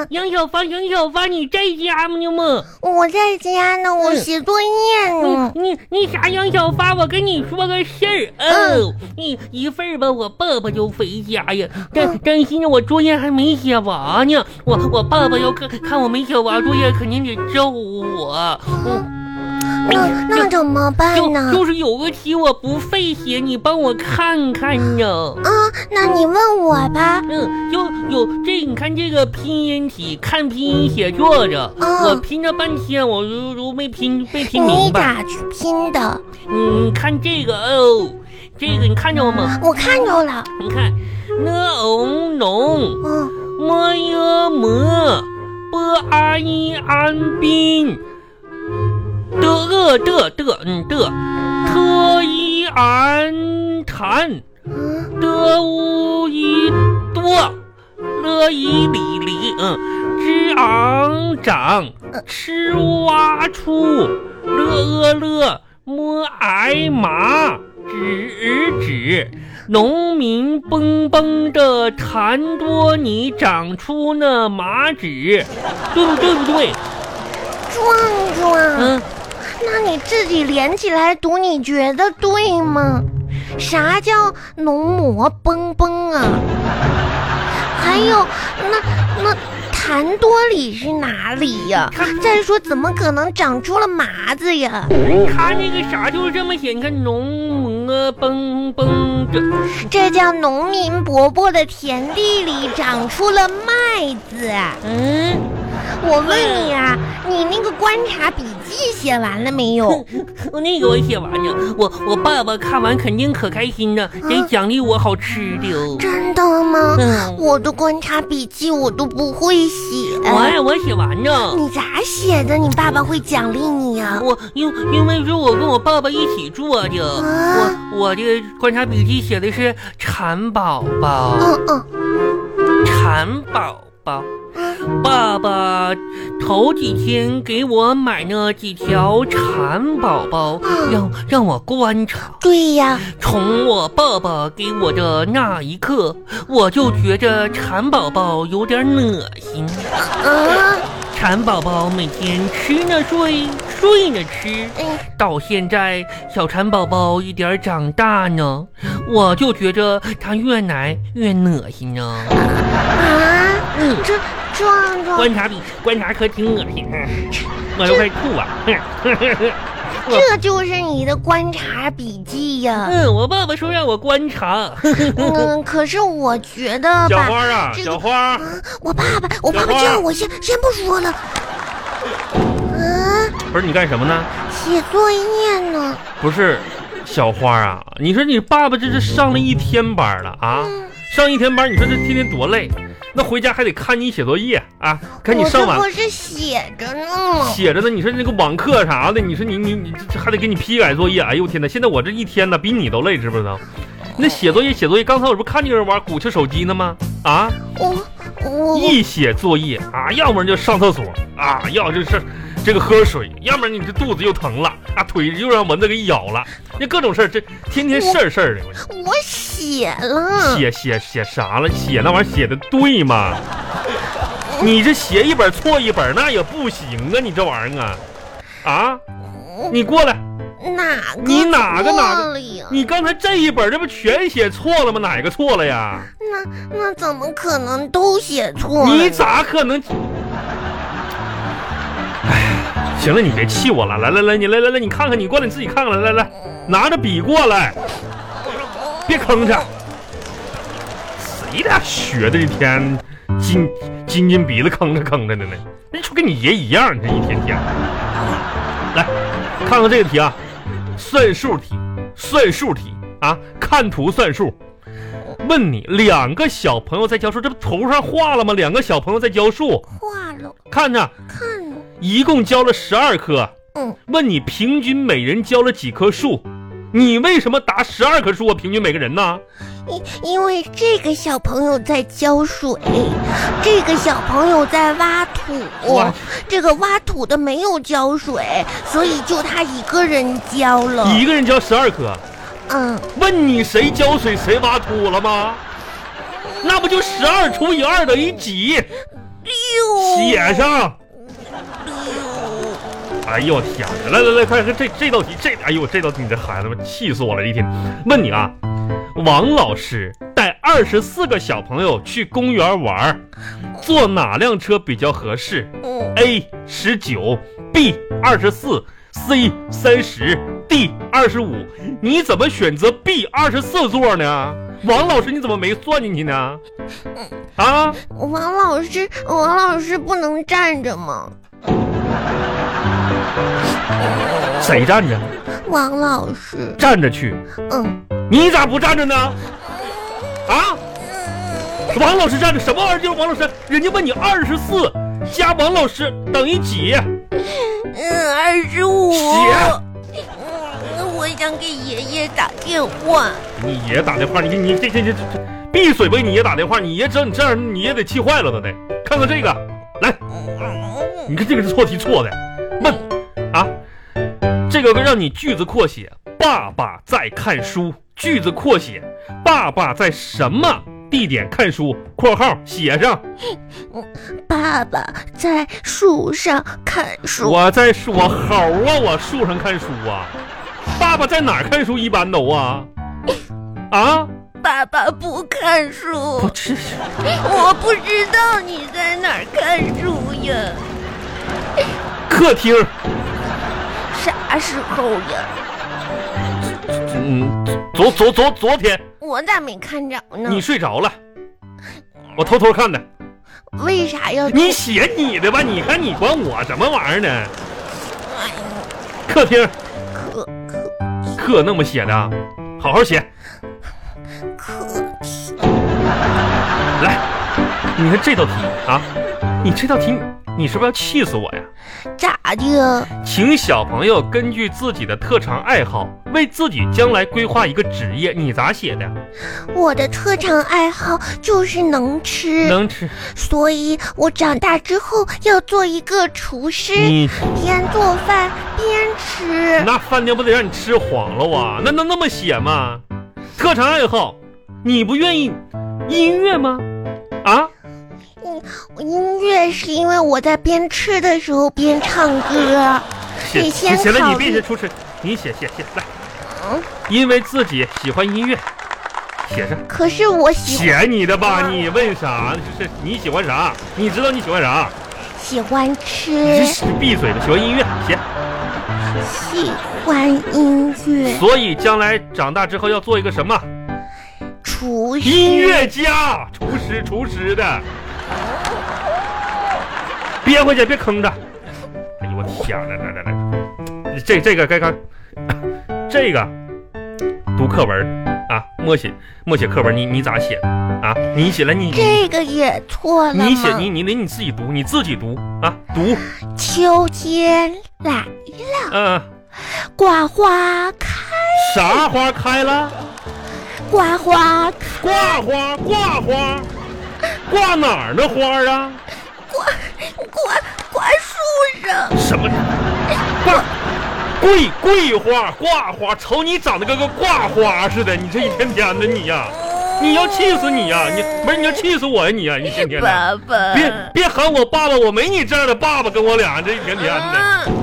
杨小发，你在家吗？ 我在家呢，我写作业呢。 你啥杨小发？我跟你说个事儿你一会儿吧，我爸爸就回家呀，担心我作业还没写完呢，我爸爸要看我没写完作业，肯定得揍我。 那怎么办呢？ 就是有个题我不会写，你帮我看看呢。 那你问我吧。 就有你看这个拼音题，看拼音写作的，我拼了半天，我都没拼明白。 你咋拼的？ 看这个这个你看着吗？ 我看着了。 你看农么呀么安宾的特一安谈的无一多乐一里之昂长吃蛙出乐摸挨麻指农民蹦蹦的痰多你长出那麻纸，对不对？ 壮，那你自己连起来读，你觉得对吗？啥叫农模蹦蹦啊？还有那痰多里是哪里呀？再说怎么可能长出了麻子呀？ 看那个啥就是这么写，你看农模蹦蹦的， 这叫农民伯伯的田地里长出了麦子。我问你啊，你那个观察笔记写完了没有？ 那个我写完了，我爸爸看完肯定可开心了，得奖励我好吃的哦。 真的吗？我的观察笔记我都不会写。 我写完了。 你咋写的？你爸爸会奖励你啊？ 因为是我跟我爸爸一起做的。我的观察笔记写的是蚕宝宝。蚕宝宝。爸爸头几天给我买了几条蚕宝宝，让我观察。 对呀， 从我爸爸给我的那一刻，我就觉着蚕宝宝有点恶心。蚕宝宝每天吃呢睡，睡呢吃，到现在小蚕宝宝一点长大呢，我就觉着它越来越恶心呢。 壮观察可挺恶心，我都快吐啊！ 这就是你的观察笔记呀？ 我爸爸说让我观察。 可是我觉得吧， 小花啊，小花， 我爸爸这样，我先不说了。 不是你干什么呢？ 写作业呢。 不是，小花啊，你说你爸爸这是上了一天班了啊？上一天班，你说这天天多累。那回家还得看你写作业啊，看你上完。 我这不是写着呢。 写着呢，你说那个网课啥的，你说你还得给你批改作业。哎呦天哪，现在我这一天呢比你都累，知不知道？那写作业，刚才我不看见人玩鼓秋手机呢吗？啊， 我一写作业啊，要不然就上厕所啊，要就是这个喝水，要不然你这肚子又疼了啊，腿又让蚊子给咬了，那各种事儿，这天天事儿的。 我写了， 写啥了？写那玩意儿写的对吗？你这写一本错一本那也不行啊！你这玩意儿啊，你过来。你哪个？你刚才这一本这不全写错了吗？哪个错了呀？ 那怎么可能都写错了？ 你咋可能？哎，行了，你别气我了。来，你来，你看看，你过来，你自己看看。来，拿着笔过来，别吭哧。谁俩学的一天金鼻子吭哧的呢？那就跟你爷一样，这一天天。来，看看这个题啊。算数题啊，看图算数。问你，两个小朋友在教数，这不图上画了吗？两个小朋友在教数， 画了， 看着，一共教了12棵。问你平均每人教了几棵树？你为什么答12棵树啊？平均每个人呢？ 因为这个小朋友在浇水，这个小朋友在挖土，这个挖土的没有浇水，所以就他一个人浇了。 一个人浇12棵？问你谁浇水谁挖土了吗？那不就12除以2等于几？ 写上。哎呦天哪！来，快这道题，哎呦这道题，你这孩子们气死我了！一天问你啊，王老师带24个小朋友去公园玩，坐哪辆车比较合适？A 19 B 24 C 30 D 25，你怎么选择 B 24座呢？王老师你怎么没算进去呢？啊， 王老师不能站着吗？ 谁站着？ 王老师站着去。你咋不站着呢？啊？王老师站着什么玩意儿？就是王老师，人家问你24加王老师等于几 ？25。 写。 我想给爷爷打电话。 你爷爷打电话，你这闭嘴吧！你爷打电话，你爷这样你也得气坏了都得。看看这个，来，你看这个是错题错的。问啊，这个让你句子扩写，爸爸在看书。句子扩写，爸爸在什么地点看书？括号写上。 爸爸在树上看书。 我好啊，我树上看书啊。爸爸在哪儿看书？一般都啊。 爸爸不看书。 不是， 我不知道你在哪儿看书呀。 客厅。 啥时候呀？ 昨天。 我咋没看着呢？ 你睡着了，我偷偷看的。 为啥要？ 你写你的吧，你看你管我什么玩意儿呢？客厅。课那么写的，好好写。 客厅。 来，你看这道题啊，你这道题你是不是要气死我呀？ 咋的？ 请小朋友根据自己的特长爱好，为自己将来规划一个职业。你咋写的？ 我的特长爱好就是能吃，所以我长大之后要做一个厨师，边做饭边吃。 那饭店不得让你吃黄了啊？那么写吗？特长爱好，你不愿意音乐吗？啊？ 音乐是因为我在边吃的时候边唱歌。你先写了，你别写厨师，你写来。因为自己喜欢音乐，写上。 可是我写你的吧，你问啥？是你喜欢啥？你知道你喜欢啥？ 喜欢吃。 你闭嘴吧，喜欢音乐，写。 喜欢音乐。 所以将来长大之后要做一个什么？ 厨师。 音乐家，厨师的。憋回去，别吭着。哎呦我天哪！来，这个该看，这个读课文啊，默写课文，你咋写的啊？你写了你这个也错了吗？ 你写你自己读啊，读。 秋天来了，挂花开。 啥花开了？ 挂花。 挂哪儿的花啊？ 挂树上。 什么？桂花挂花，瞅你长得跟个挂花似的，你这一天天的你呀，你要气死你呀！你要气死我呀你呀！你天天的， 爸爸， 别喊我爸爸，我没你这样的爸爸，跟我俩这一天天的。